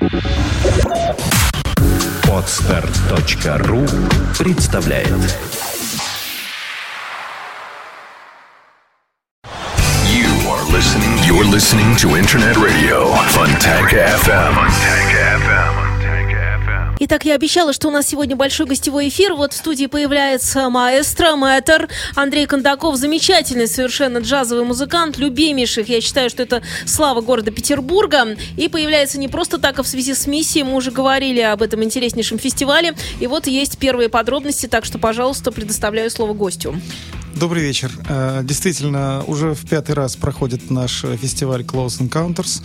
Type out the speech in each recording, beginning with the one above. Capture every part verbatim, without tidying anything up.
Подстер точка ру представляет. You are listening, you're listening to Internet Radio Fontanka эф эм. Итак, я обещала, что у нас сегодня большой гостевой эфир. Вот в студии появляется маэстро, мэтр Андрей Кондаков. Замечательный совершенно джазовый музыкант, любимейших. Я считаю, что это слава города Петербурга. И появляется не просто так, а в связи с миссией. Мы уже говорили об этом интереснейшем фестивале. И вот есть первые подробности, так что, пожалуйста, предоставляю слово гостю. Добрый вечер. Действительно, уже в пятый раз проходит наш фестиваль Close Encounters.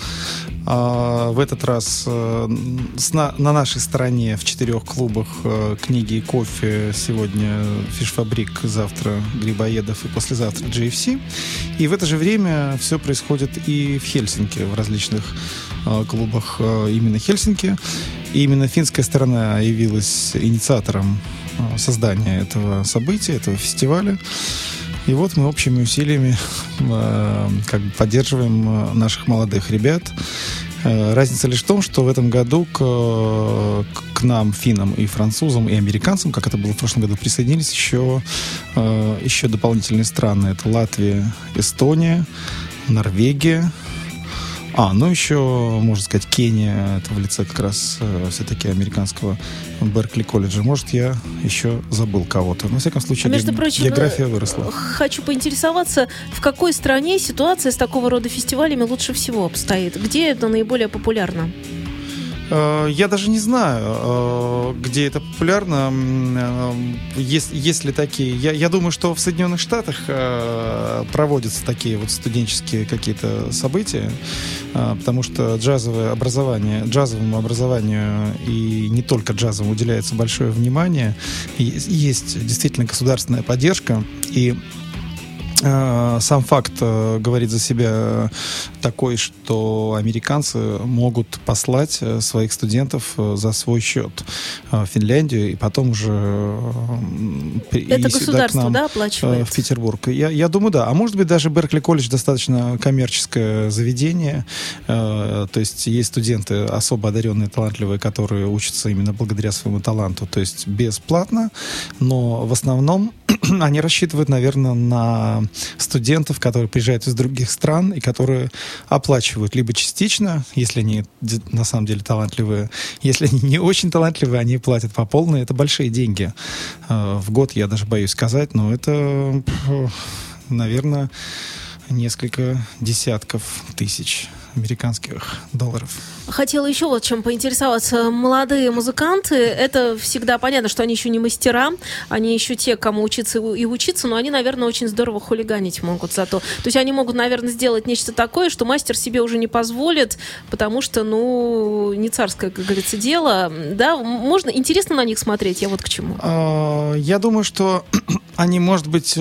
В этот раз на нашей стороне в четырех клубах книги и кофе. Сегодня Фиш-фабрик, завтра Грибоедов и послезавтра джей эф си. И в это же время все происходит и в Хельсинки, в различных клубах именно Хельсинки. И именно финская сторона явилась инициатором создания этого события, этого фестиваля. И вот мы общими усилиями э, как бы поддерживаем наших молодых ребят. Э, разница лишь в том, что в этом году к, к нам, финнам и французам, и американцам, как это было в прошлом году, присоединились еще, э, еще дополнительные страны. Это Латвия, Эстония, Норвегия. А, ну еще, можно сказать, Кения, это в лице как раз э, все-таки американского Беркли колледжа. Может, я еще забыл кого-то. Но, во всяком случае, а между ге- прочим, география выросла. Хочу поинтересоваться, в какой стране ситуация с такого рода фестивалями лучше всего обстоит? Где это наиболее популярно? Я даже не знаю, где это популярно. Есть, есть ли такие... Я, я думаю, что в Соединенных Штатах проводятся такие вот студенческие какие-то события, потому что джазовое образование, джазовому образованию и не только джазовому уделяется большое внимание. Есть действительно государственная поддержка, и сам факт э, говорит за себя такой, что американцы могут послать своих студентов за свой счет в Финляндию и потом уже э, это государство, к нам, да, оплачивает? В Петербург. Я, я думаю, да. А может быть, даже Беркли колледж достаточно коммерческое заведение. Э, то есть есть студенты особо одаренные, талантливые, которые учатся именно благодаря своему таланту. То есть бесплатно, но в основном они рассчитывают, наверное, на студентов, которые приезжают из других стран и которые оплачивают либо частично, если они на самом деле талантливые, если они не очень талантливые, они платят по полной. Это большие деньги. В год, я даже боюсь сказать, но это, наверное, несколько десятков тысяч американских долларов. Хотела еще вот чем поинтересоваться. Молодые музыканты, это всегда понятно, что они еще не мастера, они еще те, кому учиться и учиться, но они, наверное, очень здорово хулиганить могут зато. То есть они могут, наверное, сделать нечто такое, что мастер себе уже не позволит, потому что, ну, не царское, как говорится, дело. Да, можно, интересно на них смотреть, я вот к чему. Я думаю, что они, может быть,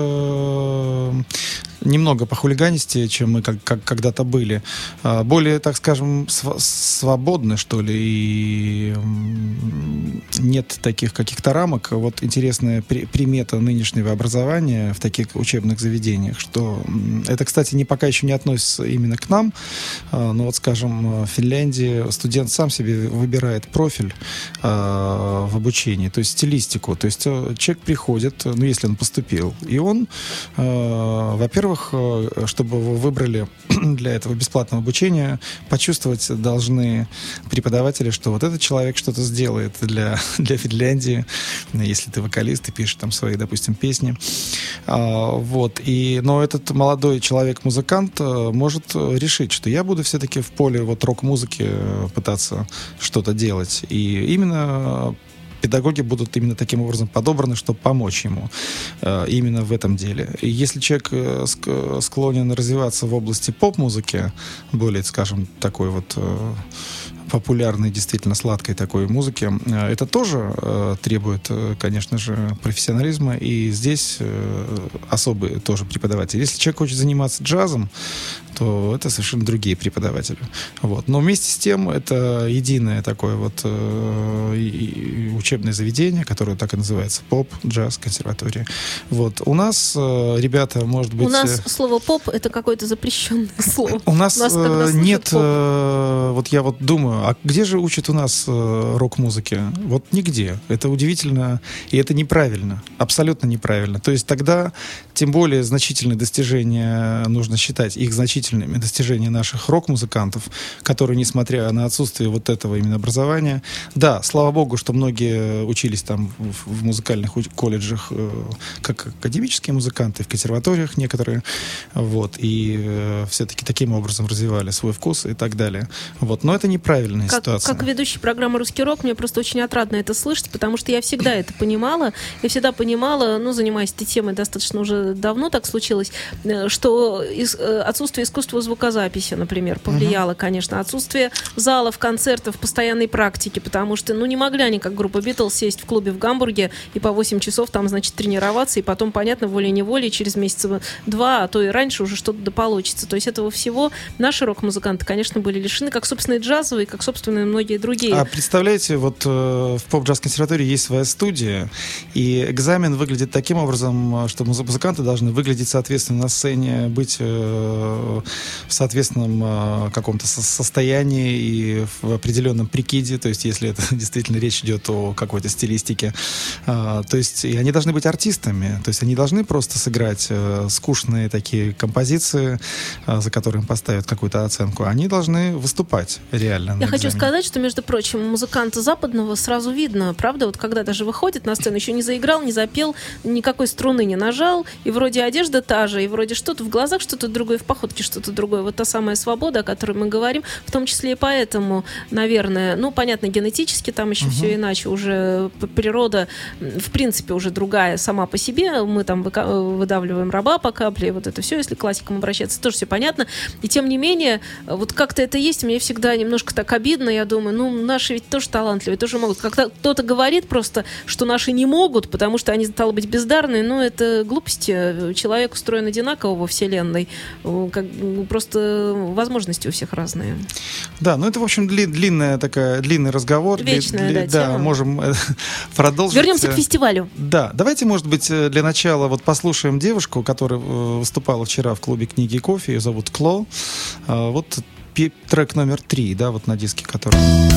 немного похулиганистее, чем мы как, как, когда-то были. Более, так скажем, св- свободны, что ли, и нет таких каких-то рамок. Вот интересная при- примета нынешнего образования в таких учебных заведениях, что это, кстати, не, пока еще не относится именно к нам, но вот, скажем, в Финляндии студент сам себе выбирает профиль в обучении, то есть стилистику. То есть человек приходит, ну, если он поступил, и он, во-первых, чтобы его выбрали для этого бесплатного обучения, почувствовать должны преподаватели, что вот этот человек что-то сделает для, для Финляндии, если ты вокалист и пишешь там свои, допустим, песни. А, вот. И, но этот молодой человек-музыкант может решить, что я буду все-таки в поле вот рок-музыки пытаться что-то делать. И именно педагоги будут именно таким образом подобраны, чтобы помочь ему э, именно в этом деле. И если человек э, ск- склонен развиваться в области поп-музыки, более, скажем, такой вот э, популярной, действительно сладкой такой музыки, э, это тоже э, требует, э, конечно же, профессионализма, и здесь э, особые тоже преподаватели. Если человек хочет заниматься джазом, то это совершенно другие преподаватели. Вот. Но вместе с тем это единое такое вот э, и, и учебное заведение, которое так и называется, поп, джаз, консерватория. Вот. У нас э, ребята, может быть... У нас слово поп — это какое-то запрещенное слово. У нас, у нас э, нет... Э, вот я вот думаю А где же учат у нас э, рок-музыке? Вот нигде. Это удивительно, и это неправильно. Абсолютно неправильно. То есть тогда, тем более, значительные достижения, нужно считать их значительными достижениями наших рок-музыкантов, которые, несмотря на отсутствие вот этого именно образования, да, слава богу, что многие учились там в, в музыкальных колледжах э, как академические музыканты, в консерваториях некоторые, вот, и э, все-таки таким образом развивали свой вкус и так далее. Вот, но это неправильная как, ситуация. Как ведущий программы «Русский рок» мне просто очень отрадно это слышать, потому что я всегда это понимала, я всегда понимала, ну, занимаясь этой темой достаточно уже давно так случилось, что из, отсутствие искусства звукозаписи, например, повлияло, uh-huh. конечно, отсутствие залов, концертов, постоянной практики, потому что, ну, не могли они, как группа «Битлз», сесть в клубе в Гамбурге и по восемь часов там, значит, тренироваться, и потом, понятно, волей-неволей через месяца два, а то и раньше уже что-то да получится. То есть этого всего наши рок-музыканты, конечно, были лишены, как, собственно, и джазовые, как, собственно, и многие другие. А представляете, вот э, в поп-джаз-консерватории есть своя студия, и экзамен выглядит таким образом, что музыканты должны выглядеть, соответственно, на сцене, быть э, в соответственном э, каком-то состоянии и в определенном прикиде, то есть если это действительно речь идет о какой-то стилистике. Э, то есть и они должны быть артистами, то есть они должны просто сыграть э, скучные такие композиции, э, за которые им поставят какую-то оценку. Они должны выступать реально. Я хочу сказать, что, между прочим, музыканта западного сразу видно, правда, вот когда даже выходит на сцену, еще не заиграл, не запел, никакой струны не нажал, и вроде одежда та же, и вроде что-то в глазах, что-то другое, в походке что-то другое. Вот та самая свобода, о которой мы говорим, в том числе и поэтому, наверное, ну, понятно, генетически там еще uh-huh. все иначе, уже природа, в принципе, уже другая сама по себе, мы там выдавливаем раба по капле, вот это все, если к классикам обращаться, тоже все понятно, и тем не менее, вот как-то это есть, мне всегда немножко так обидно, я думаю, ну, наши ведь тоже талантливые, тоже могут. Когда кто-то говорит просто, что наши не могут, потому что они, стало быть, бездарные, ну, это глупости. Человек устроен одинаково во Вселенной. Как, просто возможности у всех разные. Да, ну, это, в общем, дли- длинная такая, длинный разговор. Вечная, дли- да, дли- да, тема. Можем продолжить. Вернемся к фестивалю. Да, давайте, может быть, для начала вот послушаем девушку, которая выступала вчера в клубе «Книги и кофе», ее зовут Кло. Вот трек номер три, да, вот на диске, который...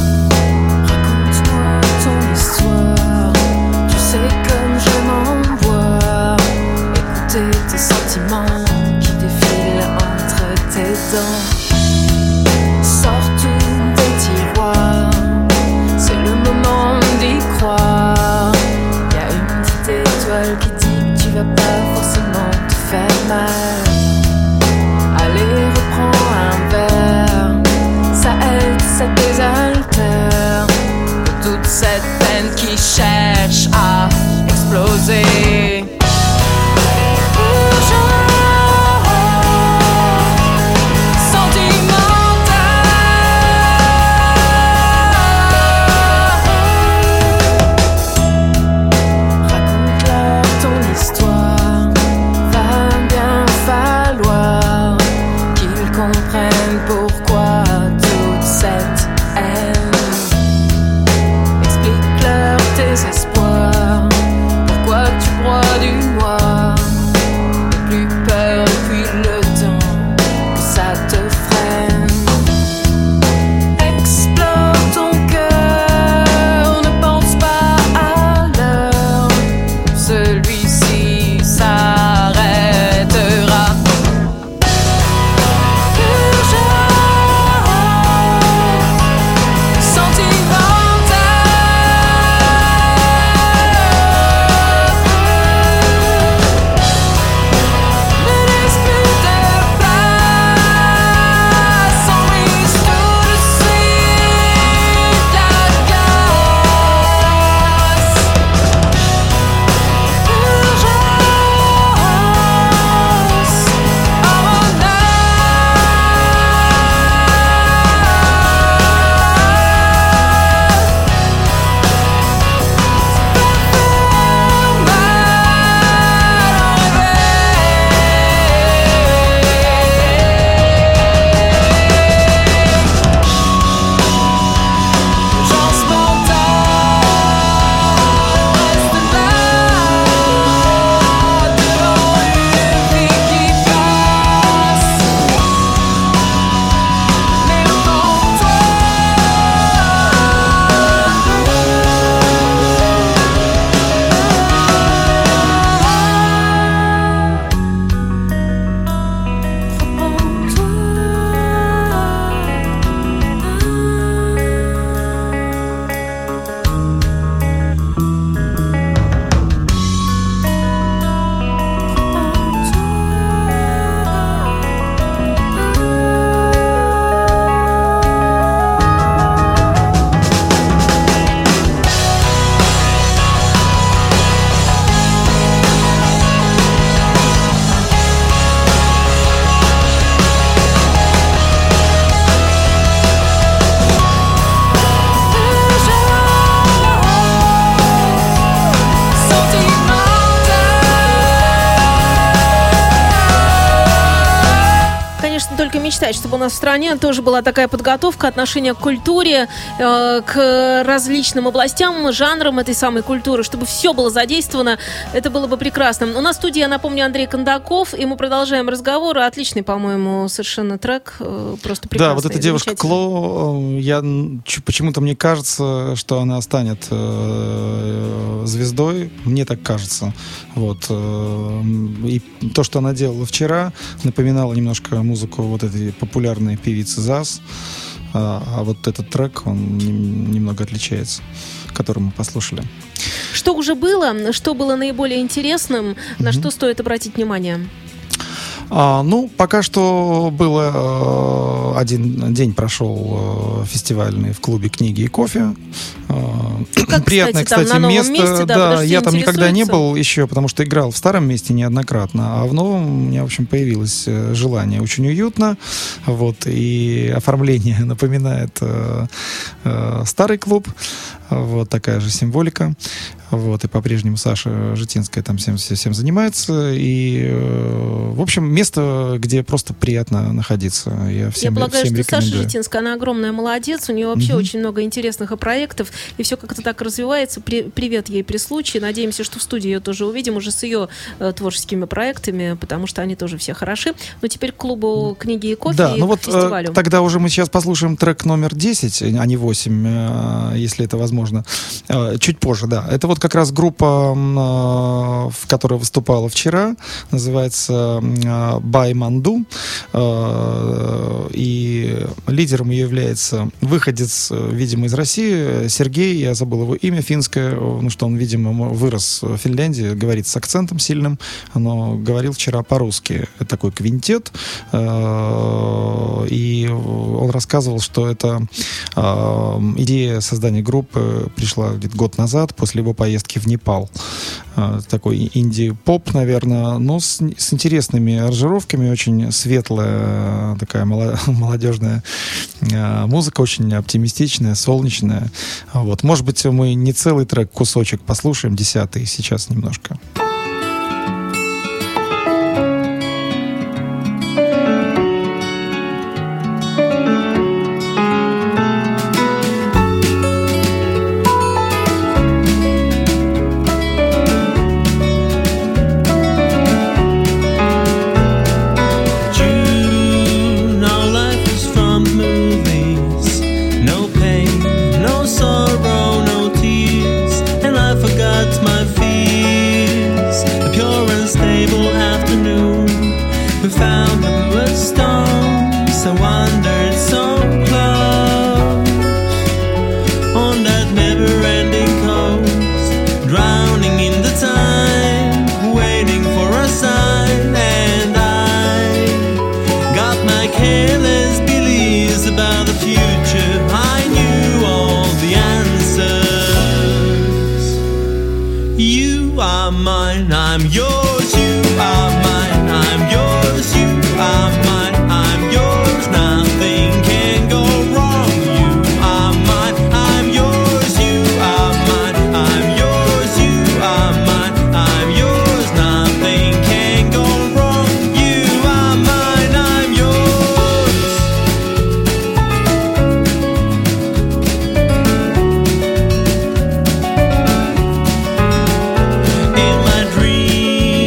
Raconte-moi ton histoire. Tu sais comme j'aime en voir. Écouter tes sentiments qui défilent entre tes dents. Sors tous tes tiroirs. C'est le moment d'y croire. Y'a une petite étoile qui dit que tu vas pas forcément te faire mal. Allez, reprends un verre. Ça aide, ça désaltère de toute cette peine qui cherche à exploser. Espoirs. Pourquoi tu broies du мечтать, чтобы у нас в стране тоже была такая подготовка, отношение к культуре, э, к различным областям, жанрам этой самой культуры, чтобы все было задействовано. Это было бы прекрасно. У нас в студии, я напомню, Андрей Кондаков, и мы продолжаем разговор. Отличный, по-моему, совершенно трек. э, Просто прекрасный. Да, вот эта девушка Кло, я ч- почему-то мне кажется, что она станет э, звездой. Мне так кажется. Вот. э, И то, что она делала вчера, напоминало немножко музыку вот этой популярной певицы ЗАЗ. А, а вот этот трек, он нем- немного отличается, который мы послушали. Что уже было? Что было наиболее интересным? На что стоит обратить внимание? А, ну, пока что было э, один день прошел э, фестивальный в клубе «Книги и кофе». Э, Как, приятное, кстати, там, кстати, на новом место. месте, да, да, потому что я там никогда не интересуется. был еще, потому что играл в старом месте неоднократно, а в новом у меня, в общем, появилось э, желание. Очень уютно, вот, и оформление напоминает э, э, старый клуб. Вот такая же символика. Вот, и по-прежнему Саша Житинская там всем, всем занимается. И, э, в общем, место, где просто приятно находиться. Я всем, Я полагаю, всем что Саша рекомендую. Житинская, она огромная молодец, у нее вообще Мгм. очень много интересных и проектов, и все как-то так развивается. При- привет ей при случае. Надеемся, что в студии ее тоже увидим, уже с ее э, творческими проектами, потому что они тоже все хороши. Но теперь к клубу «Книги и кофе» Да, и ну к вот э, фестивалю. тогда уже мы сейчас послушаем трек номер десять, а не восемь, э, если это возможно. Э, чуть позже, да. Это вот как раз группа, м, э, в которой выступала вчера, называется э, Байманду. Э, и лидером ее является выходец, э, видимо, из России, Сергей, я забыл его имя, финское, э, ну что он, видимо, вырос в Финляндии, говорит с акцентом сильным, но говорил вчера по-русски. Это такой квинтет, э, и он рассказывал, что это э, идея создания группы пришла где-то год назад, после его поездки в Непал. Э, такой инди-поп, наверное, но с, с интересными аранжировками, очень светлая, такая моло- молодежная э, музыка, очень оптимистичная, солнечная. Вот. Может быть, мы не целый трек, кусочек послушаем, десятый сейчас немножко. June, our life is from movies. No pain, no sorrow, no tears. And I forgot my fears. A pure and stable afternoon. We found the bluest stones. I wandered so close on that never-ending coast, drowning in the time, waiting for a sign. And I got my careless beliefs about the future. I knew all the answers. You are mine, I'm yours. You are mine, I'm yours. You are mine, I'm yours. Nothing can go wrong. You are mine, I'm yours. You are mine, I'm yours. You are mine, I'm yours. Nothing can go wrong. You are mine, I'm yours. In my dreams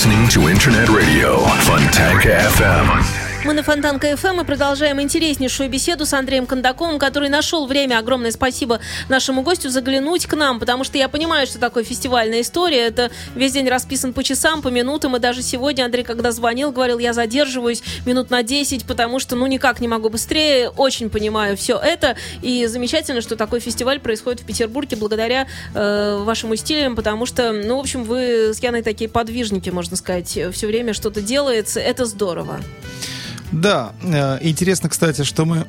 listening to Internet Radio Fontanka эф эм. Мы на Фонтанка эф эм и продолжаем интереснейшую беседу с Андреем Кондаковым, который нашел время, огромное спасибо нашему гостю, заглянуть к нам, потому что я понимаю, что такое фестивальная история. Это весь день расписан по часам, по минутам, и даже сегодня Андрей, когда звонил, говорил, я задерживаюсь минут на десять, потому что, ну, никак не могу быстрее. Очень понимаю все это, и замечательно, что такой фестиваль происходит в Петербурге благодаря э, вашим усилиям, потому что, ну, в общем, вы с Яной такие подвижники, можно сказать, все время что-то делается, это здорово. Да, интересно, кстати, что мы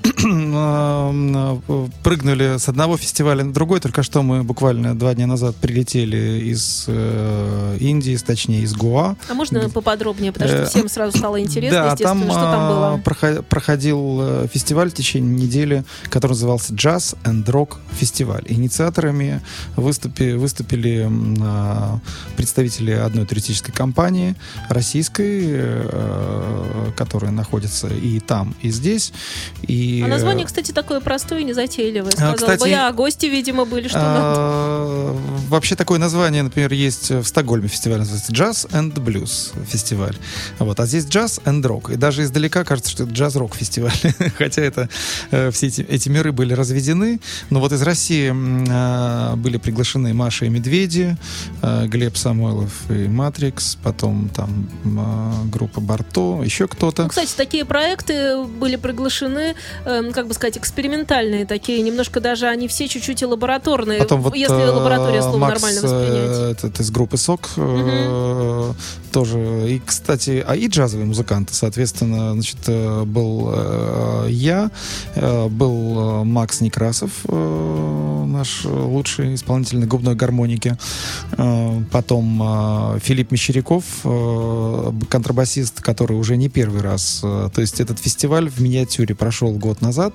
прыгнули с одного фестиваля на другой. Только что мы буквально два дня назад прилетели из э, Индии, точнее из Гоа. А можно поподробнее, потому что всем сразу стало интересно, да, естественно, там, что там было? Проходил фестиваль в течение недели, который назывался Jazz and Rock фестиваль. Инициаторами выступи, выступили представители одной туристической компании российской, которая находится и там, и здесь. И... А название, кстати, такое простое и незатейливое. Сказала кстати, бы я, а гости, видимо, были, что а, вообще такое название, например, есть в Стокгольме фестиваль, называется Jazz and Blues фестиваль. Вот. А здесь Jazz and Rock. И даже издалека кажется, что это джаз-рок фестиваль. Хотя это все эти, эти миры были разведены. Но вот из России а, были приглашены Маша и Медведи, а, Глеб Самойлов и Матрикс, потом там а, группа Барто, еще кто-то. Ну, кстати, такие проекты были приглашены, э, как бы сказать, экспериментальные такие, немножко даже они все чуть-чуть и лабораторные, Потом вот, если лаборатория слово Макс, нормально воспринять. Этот из группы СОК угу. э, тоже. И, кстати, а и джазовые музыканты, соответственно, значит, был э, я, э, был Макс Некрасов, э, наш лучший исполнитель на губной гармонике, э, потом э, Филипп Мещеряков, э, контрабасист, который уже не первый раз. То есть этот фестиваль в миниатюре прошел год назад,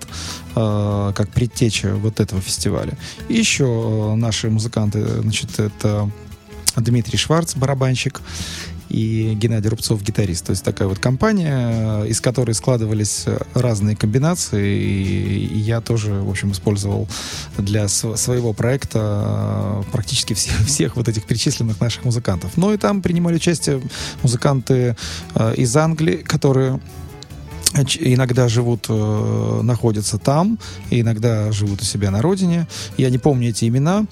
э, как предтеча вот этого фестиваля. И еще наши музыканты, значит, это Дмитрий Шварц, барабанщик, и Геннадий Рубцов, гитарист. То есть такая вот компания, из которой складывались разные комбинации, и я тоже, в общем, использовал для своего проекта практически всех, всех вот этих перечисленных наших музыкантов. Ну и там принимали участие музыканты из Англии, которые иногда живут, э, находятся там, и иногда живут у себя на родине. Я не помню эти имена.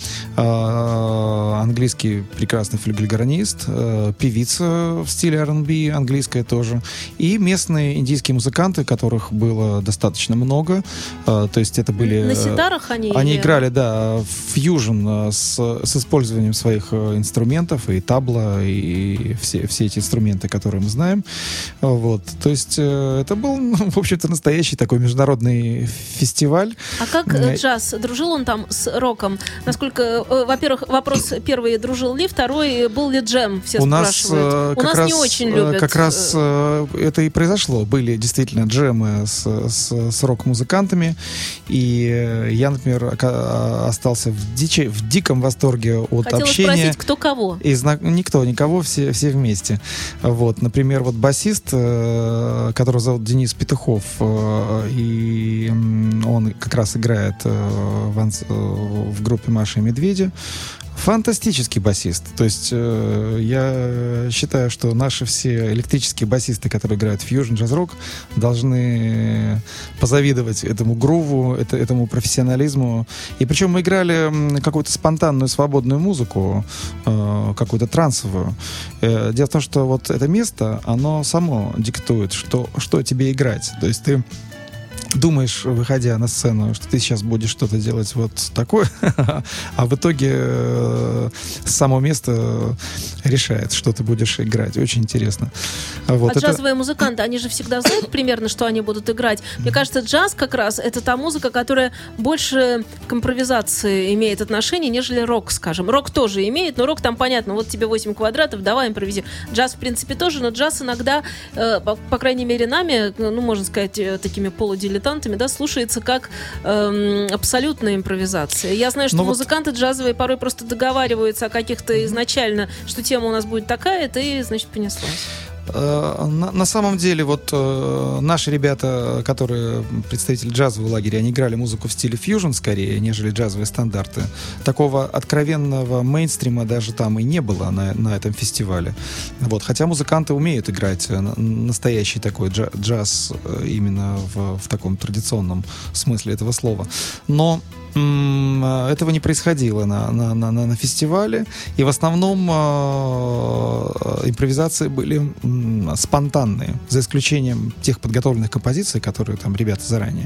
Э, английский прекрасный флюгельгорнист, э, певица в стиле ар энд би, английская тоже. И местные индийские музыканты, которых было достаточно много. Э, то есть это были... На ситарах они? Они или... играли, да, фьюжн с, с использованием своих инструментов, и табла, и все, все эти инструменты, которые мы знаем. Вот. То есть э, это был, в общем-то, настоящий такой международный фестиваль. А как джаз? Дружил он там с роком? Насколько, во-первых, вопрос первый, дружил ли? Второй, был ли джем? Все у спрашивают. Нас, у нас раз, не очень любят. Как раз это и произошло. Были действительно джемы с, с, с рок-музыкантами. И я, например, остался в, дичи, в диком восторге от Хотела общения. спросить, кто кого? И зна... Никто, никого, все, все вместе. Вот. Например, вот басист, которого зовут Денис Петухов, и он как раз играет в, в группе Маши и Медведи. Фантастический басист. То есть э, я считаю, что наши все электрические басисты, которые играют фьюжн, джаз-рок, должны позавидовать этому груву, это, этому профессионализму. И причем мы играли какую-то спонтанную, свободную музыку, э, какую-то трансовую. Э, дело в том, что вот это место, оно само диктует, что, что тебе играть. То есть ты думаешь, выходя на сцену, что ты сейчас будешь что-то делать вот такое, а в итоге э, само место решает, что ты будешь играть. Очень интересно. Вот а это... джазовые музыканты, они же всегда знают примерно, что они будут играть. Мне кажется, джаз как раз это та музыка, которая больше к импровизации имеет отношение, нежели рок, скажем. Рок тоже имеет, но рок там понятно, вот тебе восемь квадратов, давай импровизируй. Джаз, в принципе, тоже, но джаз иногда, э, по, по крайней мере, нами, ну, можно сказать, такими полудилетантами, да, слушается как эм, абсолютная импровизация. Я знаю, что Но музыканты вот... джазовые порой просто договариваются о каких-то изначально, что тема у нас будет такая, это и, значит, понеслась. Э, на, на самом деле, вот э, наши ребята, которые представители джазового лагеря, они играли музыку в стиле фьюжн скорее, нежели джазовые стандарты. Такого откровенного мейнстрима даже там и не было на, на этом фестивале. Вот. Хотя музыканты умеют играть настоящий такой джаз, джаз именно в, в таком традиционном смысле этого слова. Но этого не происходило на, на, на, на фестивале, и в основном э, импровизации были э, спонтанные, за исключением тех подготовленных композиций, которые там ребята заранее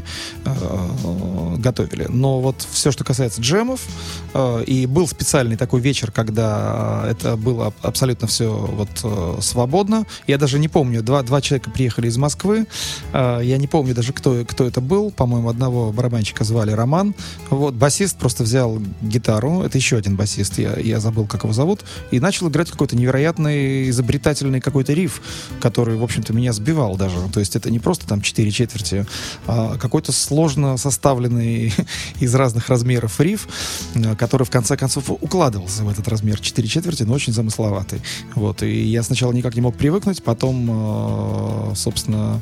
э, готовили. Но вот все, что касается джемов, э, и был специальный такой вечер, когда это было абсолютно все вот, э, свободно. Я даже не помню, два, два человека приехали из Москвы, э, я не помню даже, кто, кто это был, по-моему, одного барабанщика звали Роман. Вот, басист просто взял гитару, это еще один басист, я, я забыл, как его зовут, и начал играть какой-то невероятный, изобретательный какой-то риф, который, в общем-то, меня сбивал даже. То есть это не просто там четыре четверти, а какой-то сложно составленный из разных размеров риф, который, в конце концов, укладывался в этот размер четыре четверти, но очень замысловатый. Вот, и я сначала никак не мог привыкнуть, потом, собственно,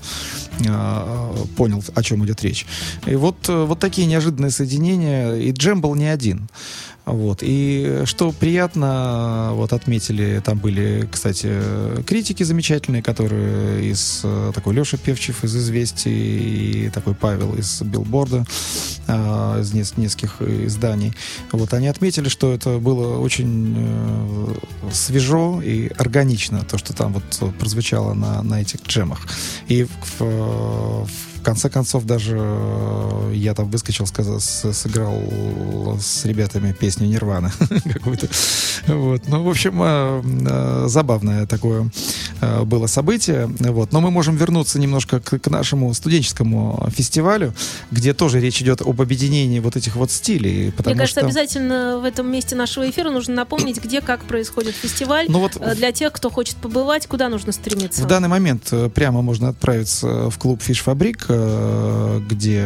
понял, о чем идет речь. И вот, вот такие неожиданные соединения. И джем был не один. Вот. И что приятно, вот отметили, там были, кстати, критики замечательные, которые из такой Леша Певчев из «Известий» и такой Павел из «Билборда», э, из нескольких изданий. Вот. Они отметили, что это было очень э, свежо и органично, то, что там вот прозвучало на, на этих джемах. И в, в В конце концов, даже я там выскочил, сказал, сыграл с ребятами песню «Нирвана» какую-то. Вот. Ну, в общем, забавное такое было событие. Вот. Но мы можем вернуться немножко к, к нашему студенческому фестивалю, где тоже речь идет об объединении вот этих вот стилей. Мне кажется, что... обязательно в этом месте нашего эфира нужно напомнить, где, как происходит фестиваль. Ну, вот для тех, кто хочет побывать, куда нужно стремиться? В данный момент прямо можно отправиться в клуб «Фиш Фабрик», где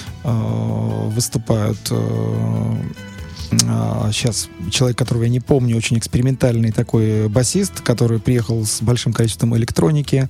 э, выступают э, э, сейчас человек, которого я не помню, очень экспериментальный такой басист, который приехал с большим количеством электроники,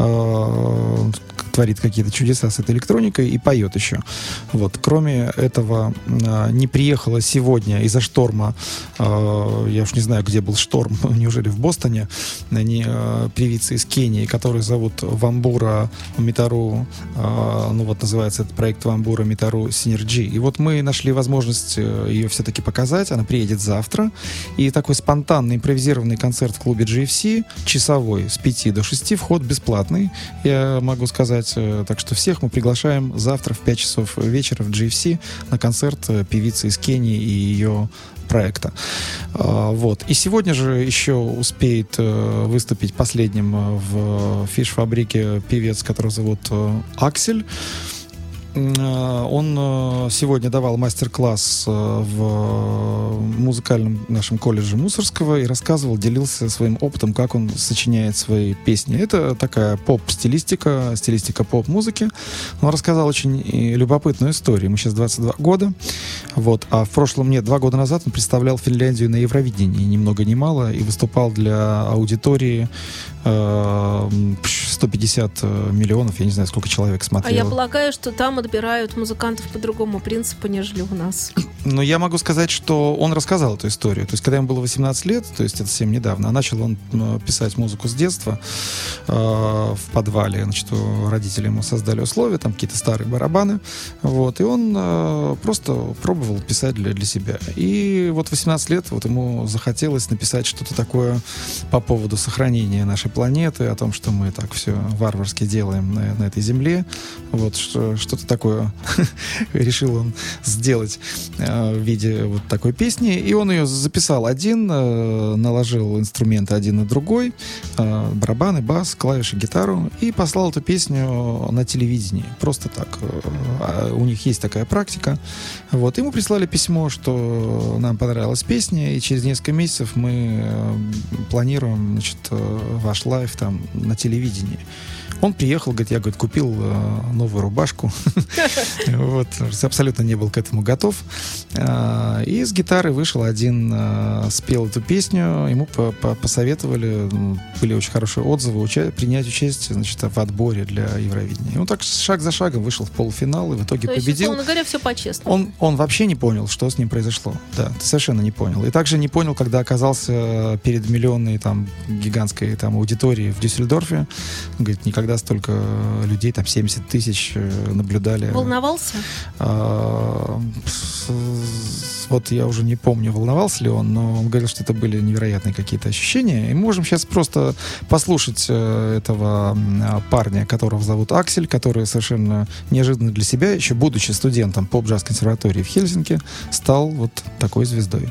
э, творит какие-то чудеса с этой электроникой и поет еще. Вот. Кроме этого, э, не приехала сегодня из-за шторма, э, я уж не знаю, где был шторм, неужели в Бостоне, они, э, певица из Кении, которую зовут Вамбура Митару, э, ну вот называется этот проект Вамбура Митару Синерджи. И вот мы нашли возможность ее все-таки показать, она приедет завтра, и такой спонтанный импровизированный концерт в клубе джи эф си, часовой, с пяти до шести, вход бесплатный, я могу сказать. Так что всех мы приглашаем завтра в пять часов вечера в джи эф си на концерт певицы из Кении и ее проекта. Вот. И сегодня же еще успеет выступить последним в Фиш-фабрике певец, которого зовут Аксель. Он сегодня давал мастер-класс в музыкальном нашем колледже Мусорского и рассказывал, делился своим опытом, как он сочиняет свои песни. Это такая поп-стилистика, стилистика поп-музыки. Он рассказал очень любопытную историю. Ему сейчас двадцать два года. Вот. А в прошлом, нет, два года назад он представлял Финляндию на Евровидении, ни много ни мало, и выступал для аудитории сто пятьдесят миллионов, я не знаю, сколько человек смотрело. А я полагаю, что там отбирают музыкантов по другому принципу, нежели у нас. Но я могу сказать, что он рассказал эту историю. То есть, когда ему было восемнадцать лет, то есть это совсем недавно, а начал он писать музыку с детства э, в подвале. Значит, родители ему создали условия, там какие-то старые барабаны. Вот, и он э, просто пробовал писать для, для себя. И вот восемнадцать лет вот ему захотелось написать что-то такое по поводу сохранения нашей планеты, о том, что мы так все варварски делаем на, на этой земле. Вот что, что-то такое решил он сделать э, в виде вот такой песни. И он ее записал один, э, наложил инструменты один на другой, э, барабаны, бас, клавиши, гитару, и послал эту песню на телевидении. Просто так. Э, у них есть такая практика. Вот. Ему прислали письмо, что нам понравилась песня, и через несколько месяцев мы э, планируем, значит, э, ваш лайв там на телевидении. Он приехал, говорит, я, говорит, купил э, новую рубашку. Вот, абсолютно не был к этому готов. Э, и с гитары вышел один, э, спел эту песню, ему по- по- посоветовали, были очень хорошие отзывы, уча- принять участие, значит, в отборе для Евровидения. И он так шаг за шагом вышел в полуфинал и в итоге То есть, победил. условно говоря, все по-честному. Он, он вообще не понял, что с ним произошло. Да, совершенно не понял. И также не понял, когда оказался перед миллионной там гигантской там аудиторией в Дюссельдорфе. Он говорит, никогда столько людей, там семьдесят тысяч наблюдали. Волновался? А, вот я уже не помню, волновался ли он, но он говорил, что это были невероятные какие-то ощущения. И мы можем сейчас просто послушать этого парня, которого зовут Аксель, который совершенно неожиданно для себя, еще будучи студентом поп-джаз-консерватории в Хельсинки, стал вот такой звездой.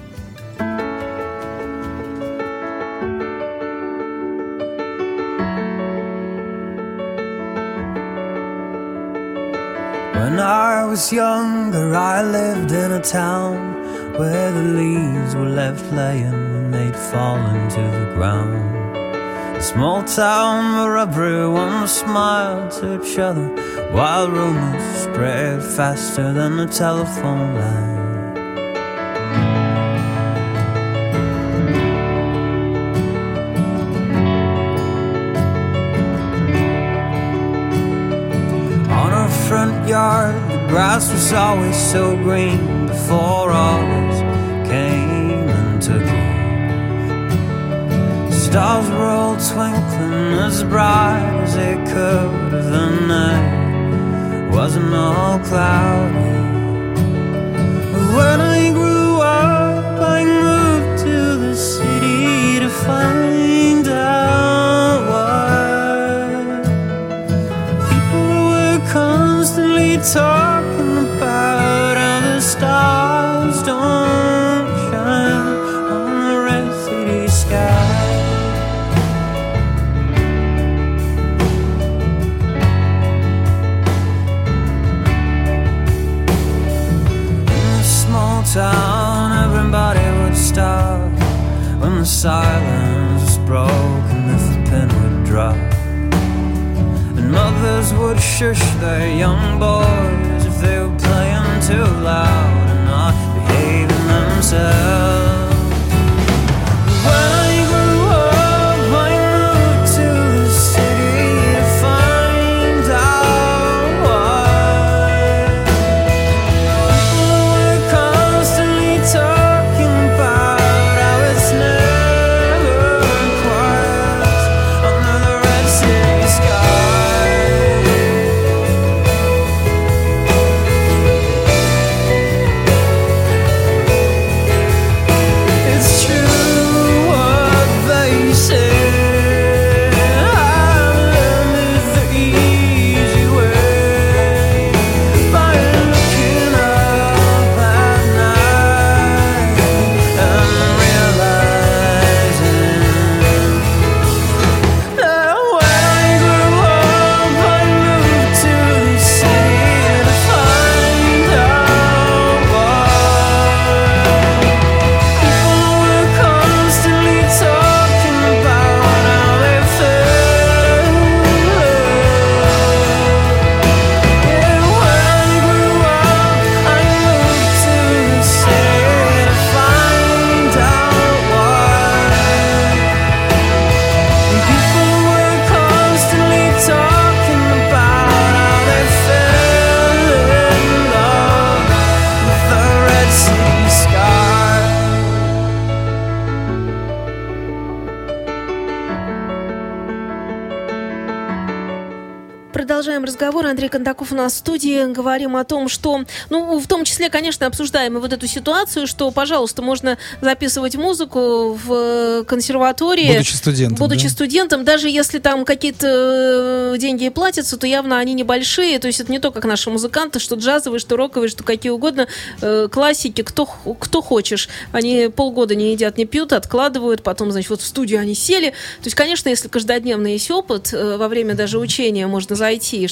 When I was younger, I lived in a town where the leaves were left laying when they'd fallen to the ground. A small town where everyone smiled to each other, while rumors spread faster than the telephone line. Front yard, the grass was always so green before August came and took it. Stars were all twinkling as bright as they could if the night wasn't all cloudy. When I grew up, I moved to the city to find out why constantly talking about how the stars don't shine on the red city sky. In this small town, everybody would stop when the silence was broken, if the pin would drop. Mothers would shush their young boys if they were playing too loud and not behaving themselves. When I grew up, I moved to the city to find out why people were constantly talking about how it's never quiet under the red city sky. Продолжаем разговор. Андрей Кондаков у нас в студии. Говорим о том, что, ну, в том числе, конечно, обсуждаем и вот эту ситуацию, что, пожалуйста, можно записывать музыку в консерватории. Будучи студентом. Будучи да? студентом, даже если там какие-то деньги платятся, то явно они небольшие. То есть это не то, как наши музыканты, что джазовые, что роковые, что какие угодно. Классики, кто, кто хочешь. Они полгода не едят, не пьют, откладывают, потом, значит, вот в студию они сели. То есть, конечно, если каждодневно есть опыт, во время даже учения можно зайти и что-то такое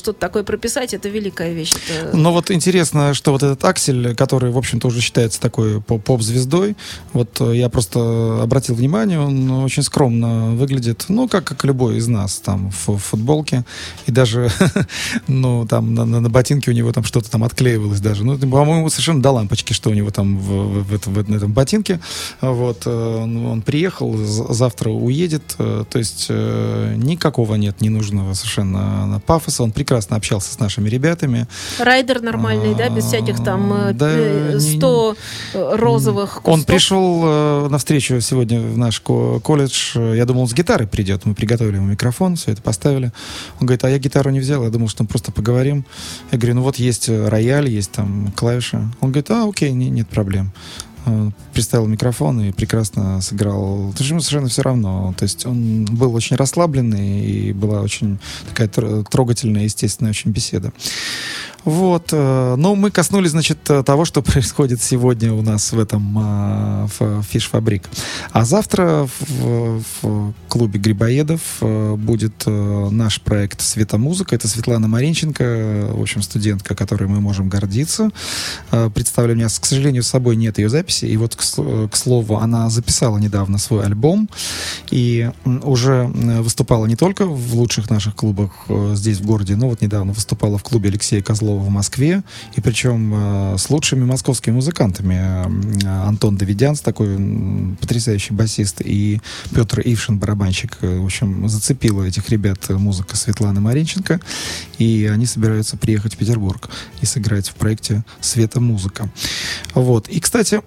прописать, это великая вещь. Это... Но вот интересно, что вот этот Аксель, который, в общем-то, уже считается такой поп-звездой, вот я просто обратил внимание, он очень скромно выглядит, ну, как, как любой из нас, там, в футболке, и даже, ну, там, на, на ботинке у него там что-то там отклеивалось даже. Ну, по-моему, совершенно до лампочки, что у него там в, в, в, в, на этом ботинке. Вот, он, он приехал, завтра уедет, то есть никакого нет ненужного совершенно пафоса. Он прекрасно общался с нашими ребятами. Райдер нормальный, да, без всяких там да, сто не... розовых кустов. Он пришел на встречу сегодня в наш колледж. Я думал, он с гитарой придет. Мы приготовили ему микрофон, все это поставили. Он говорит, а я гитару не взял. Я думал, что мы просто поговорим. Я говорю, ну вот есть рояль, есть там клавиши. Он говорит, а, окей, не, нет проблем. Приставил микрофон и прекрасно сыграл. Это же ему совершенно все равно. То есть он был очень расслабленный, и была очень такая трогательная, естественная очень беседа. Вот. Но мы коснулись, значит, того, что происходит сегодня у нас в этом в Фиш-фабрик. А завтра в, в клубе Грибоедов будет наш проект «Светомузыка». Это Светлана Маринченко, в общем, студентка, которой мы можем гордиться. Представляю, у меня, к сожалению, с собой нет ее записи. И вот, к, к слову, она записала недавно свой альбом и уже выступала не только в лучших наших клубах здесь, в городе, но вот недавно выступала в клубе Алексея Козлова в Москве, и причем э, с лучшими московскими музыкантами. Э, Антон Давидянц, такой м, потрясающий басист, и Петр Ившин, барабанщик. В общем, зацепила этих ребят музыка Светланы Маринченко, и они собираются приехать в Петербург и сыграть в проекте «Светомузыка». Вот. И, кстати,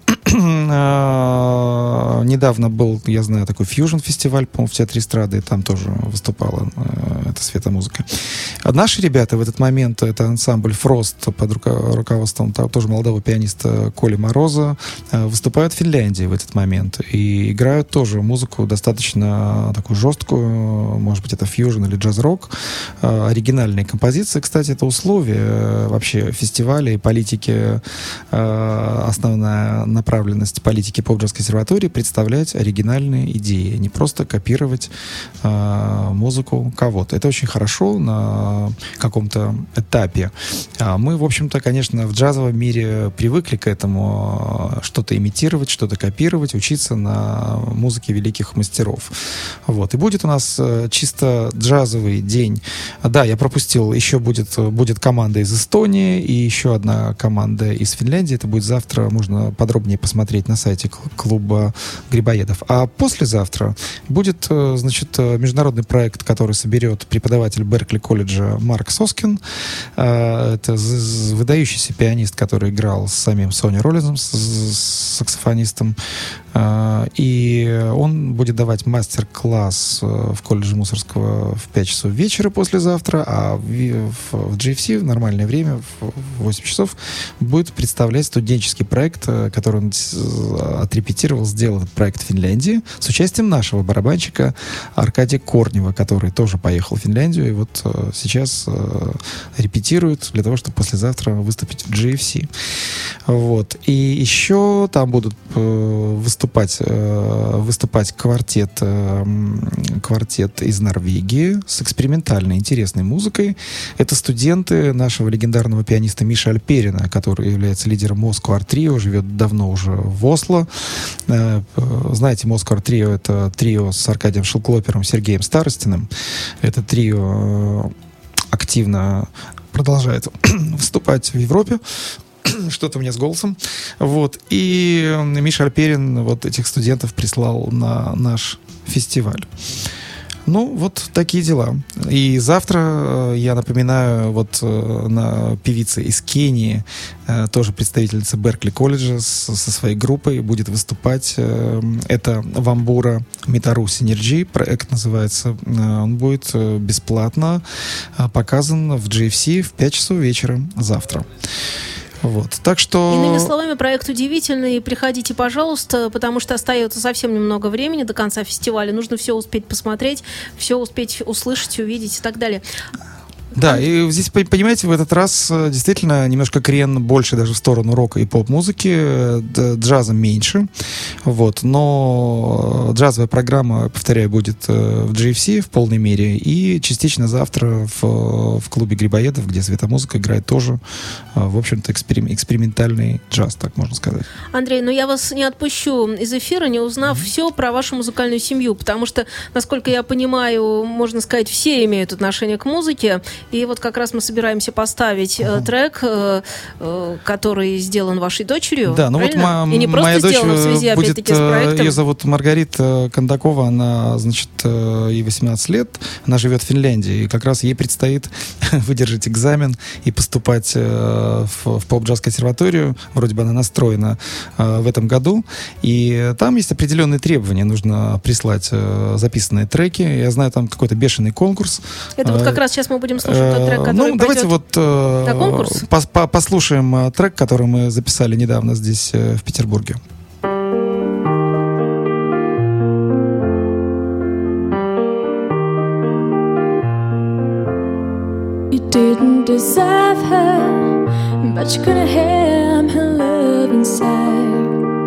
э, недавно был, я знаю, такой фьюжн-фестиваль, по-моему, в Театре эстрады, там тоже выступала э, эта «Светомузыка». А наши ребята в этот момент, это ансамбль «Фрост» под руко- руководством тоже молодого пианиста Коли Мороза, э, выступают в Финляндии в этот момент и играют тоже музыку достаточно такую жесткую, может быть, это фьюжн или джаз-рок. Э, оригинальные композиции, кстати, это условие э, вообще фестиваля и политики, э, основная направленность политики поп-джаз-консерватории — представлять оригинальные идеи, не просто копировать э, музыку кого-то. Это очень хорошо на каком-то этапе. А мы, в общем-то, конечно, в джазовом мире привыкли к этому, что-то имитировать, что-то копировать, учиться на музыке великих мастеров. Вот. И будет у нас чисто джазовый день. Да, я пропустил, еще будет, будет команда из Эстонии и еще одна команда из Финляндии. Это будет завтра, можно подробнее посмотреть на сайте клуба Грибоедов. А послезавтра будет, значит, международный проект, который соберет преподаватель Беркли колледжа Марк Соскин. Это выдающийся пианист, который играл с самим Сонни Роллинзом, с, с саксофонистом. И он будет давать мастер-класс в колледже Мусорского в пять часов вечера послезавтра, а в, в джи эф си в нормальное время, в восемь часов, будет представлять студенческий проект, который он отрепетировал, сделал этот проект в Финляндии с участием нашего барабанщика Аркадия Корнева, который тоже поехал в Финляндию и вот сейчас репетирует для того, чтобы послезавтра выступить в джи эф си. Вот. И еще там будут э, выступать, э, выступать квартет, э, квартет из Норвегии с экспериментальной интересной музыкой. Это студенты нашего легендарного пианиста Миши Альперина, который является лидером Moscow Art Trio, живет давно уже в Осло. Э, знаете, Moscow Art Trio — это трио с Аркадием Шелклопером, Сергеем Старостиным. Это трио э, активно продолжает выступать в Европе. Что-то у меня с голосом. Вот. И Миша Альперин вот этих студентов прислал на наш фестиваль. Ну, вот такие дела. И завтра, я напоминаю, вот на певица из Кении, тоже представительница Беркли колледжа со своей группой, будет выступать. Это Вамбура Митару Синерджи, проект называется. Он будет бесплатно показан в джи эф си в пять часов вечера завтра. Вот. Так что... Иными словами, проект удивительный. Приходите, пожалуйста, потому что остается совсем немного времени до конца фестиваля. Нужно все успеть посмотреть, все успеть услышать, увидеть и так далее. Да, и здесь, по- понимаете, в этот раз э, действительно немножко крен больше даже в сторону рока и поп-музыки, э, д- джаза меньше, вот, но джазовая программа, повторяю, будет э, в джи эф си в полной мере, и частично завтра в, в клубе Грибоедов, где светомузыка играет тоже, э, в общем-то, эксперим- экспериментальный джаз, так можно сказать. Андрей, но я вас не отпущу из эфира, не узнав mm-hmm. все про вашу музыкальную семью, потому что, насколько я понимаю, можно сказать, все имеют отношение к музыке. И вот как раз мы собираемся поставить uh-huh. э, трек, э, э, который сделан вашей дочерью. Да, ну вот ма- и не просто моя дочь сделан в связи, будет, опять-таки, с проектом. Ее зовут Маргарита Кондакова, она, значит, ей восемнадцать лет, она живет в Финляндии, и как раз ей предстоит выдержать экзамен и поступать в, в поп-джаз-консерваторию. Вроде бы она настроена в этом году, и там есть определенные требования. Нужно прислать записанные треки. Я знаю, там какой-то бешеный конкурс. Это вот как раз сейчас мы будем слушать тот трек, который Ну, давайте вот на конкурс. пос- по- послушаем трек, который мы записали недавно здесь, в Петербурге. You didn't deserve her, but you couldn't hem her love inside.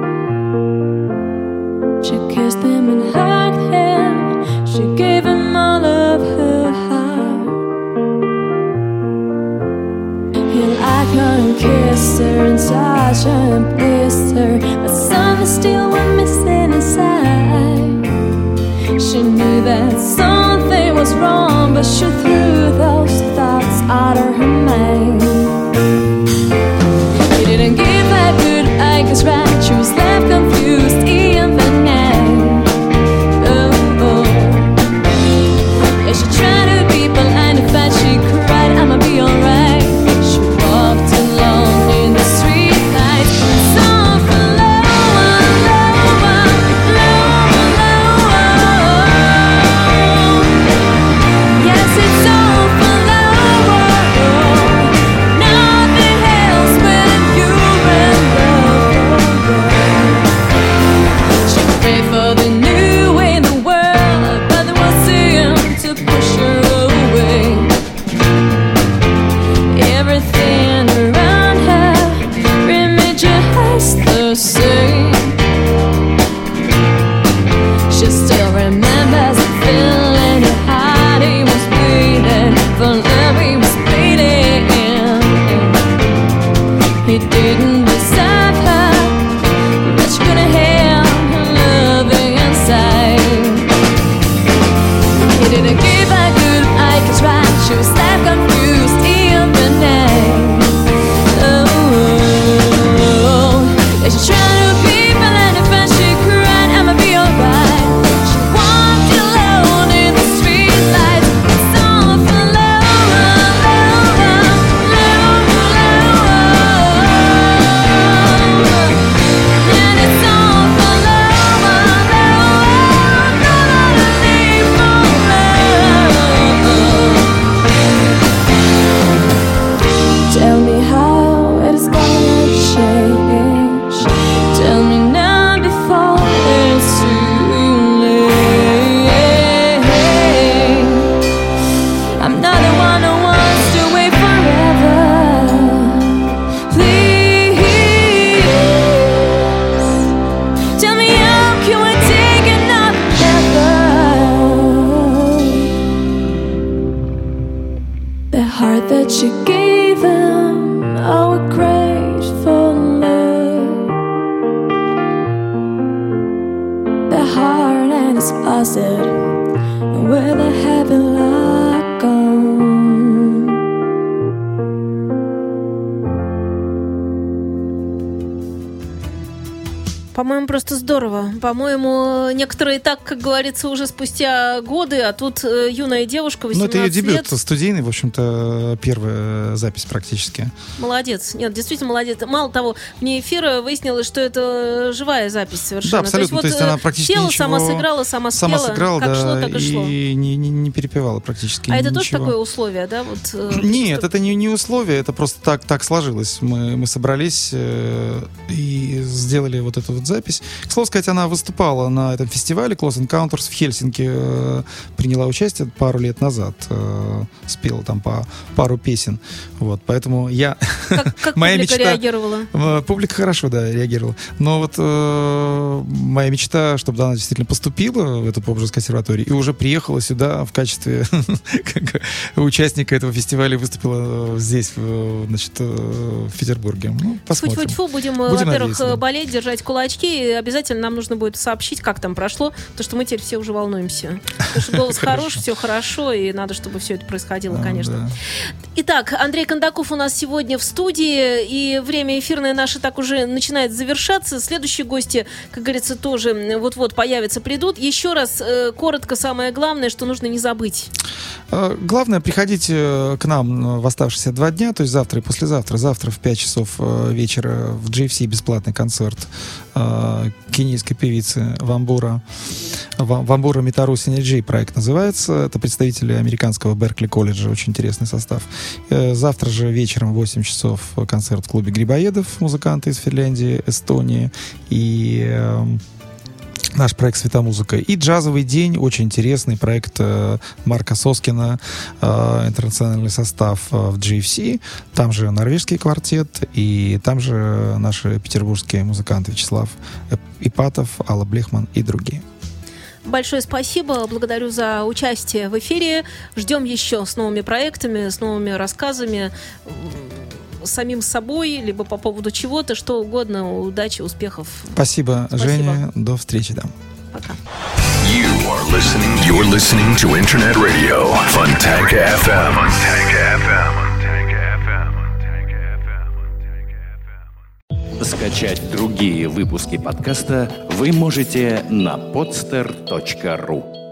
She kissed him and hugged him. She gave him all of her heart. And I couldn't kiss her and touch her and please her, but something still went missing inside. She knew that something was wrong, but she threw those thoughts out of her mind. He didn't give her good eye, 'cause right, she was left confused in the night. Oh, oh. Yeah, she tried to be polite, but she cried, I'ma be alright. She walked alone in the street lights. Song for lower, lower, lower, lower. Yes, it's all for lower. Nothing else but you and love. She prayed for the new in the world, but there was him to push her away. Everything around her remained just the same. She still remembers the feeling her heart he was bleeding, for love he was bleeding. He didn't deserve her, but she couldn't have her loving inside. He didn't give her good eye, 'cause right, she was left confused in the night. Oh, yeah, she tried to be polite, but she cried, I'ma be alright. She walked alone in the street lights. It's all for lower, lower, lower, lower. And it's all for lower, lower, gonna leave for love. Tell me how it is gonna change. Tell me now before it's too late. I'm not the one who wants to wait forever. Please tell me how can we take another? The heart that you gave him, oh, a grateful love. The heart and its closet with a heavy lock on. По-моему, просто здорово. По-моему, некоторые так, как говорится, уже спустя годы, а тут э, юная девушка, Ну, восемнадцать это ее дебют лет. студийный, в общем-то, первая запись практически. Молодец. Нет, действительно молодец. Мало того, вне эфира выяснилось, что это живая запись совершенно. Да, абсолютно. То есть, вот, она э, практически села, ничего... сама сыграла, сама спела. Сама сыграла, как да, шло, так и шло. и не, не, не перепевала практически А это ничего. тоже такое условие, да? Вот, э, Нет, приступ- это не, не условие, это просто так, так сложилось. Мы, мы собрались э, и сделали вот эту идет запись. К слову сказать, она выступала на этом фестивале Close Encounters в Хельсинки, э, приняла участие пару лет назад, э, спела там по пару песен. Вот, поэтому я... Как, как моя публика мечта, реагировала? Э, публика хорошо, да, реагировала. Но вот э, моя мечта, чтобы она действительно поступила в эту поп-джаз-консерваторию и уже приехала сюда в качестве участника этого фестиваля, выступила здесь, значит, в Петербурге. Ну, посмотрим. Тьфу-тьфу-тьфу, будем, Будем во-первых, надеяться, да. болеть, держать кулачки, и обязательно нам нужно будет сообщить, как там прошло, потому что мы теперь все уже волнуемся. Потому что голос хорош, все хорошо, и надо, чтобы все это происходило, конечно. Итак, Андрей Кондаков у нас сегодня в студии, и время эфирное наше так уже начинает завершаться. Следующие гости, как говорится, тоже вот-вот появятся, придут. Еще раз, коротко, самое главное, что нужно не забыть. Главное, приходите к нам в оставшиеся два дня, то есть завтра и послезавтра. Завтра в пять часов вечера в джей эф си бесплатный концерт э, кенийской певицы Вамбура. Вамбура Митару Синеджи проект называется. Это представители американского Беркли колледжа. Очень интересный состав. Э, завтра же вечером в восемь часов концерт в клубе Грибоедов. Музыканты из Финляндии, Эстонии и... Э, наш проект «Светомузыка». И «Джазовый день», очень интересный проект э, Марка Соскина, э, интернациональный состав э, в джей эф си. Там же норвежский квартет, и там же наши петербургские музыканты Вячеслав Ипатов, Алла Блехман и другие. Большое спасибо, благодарю за участие в эфире. Ждем еще с новыми проектами, с новыми рассказами, самим собой, либо по поводу чего-то, что угодно. Удачи, успехов. Спасибо, Спасибо. Женя. До встречи, да. Пока. You are listening, you're listening to Internet Radio, Funtank эф эм. Funtank эф эм. Скачать другие выпуски подкаста вы можете на podster точка ру.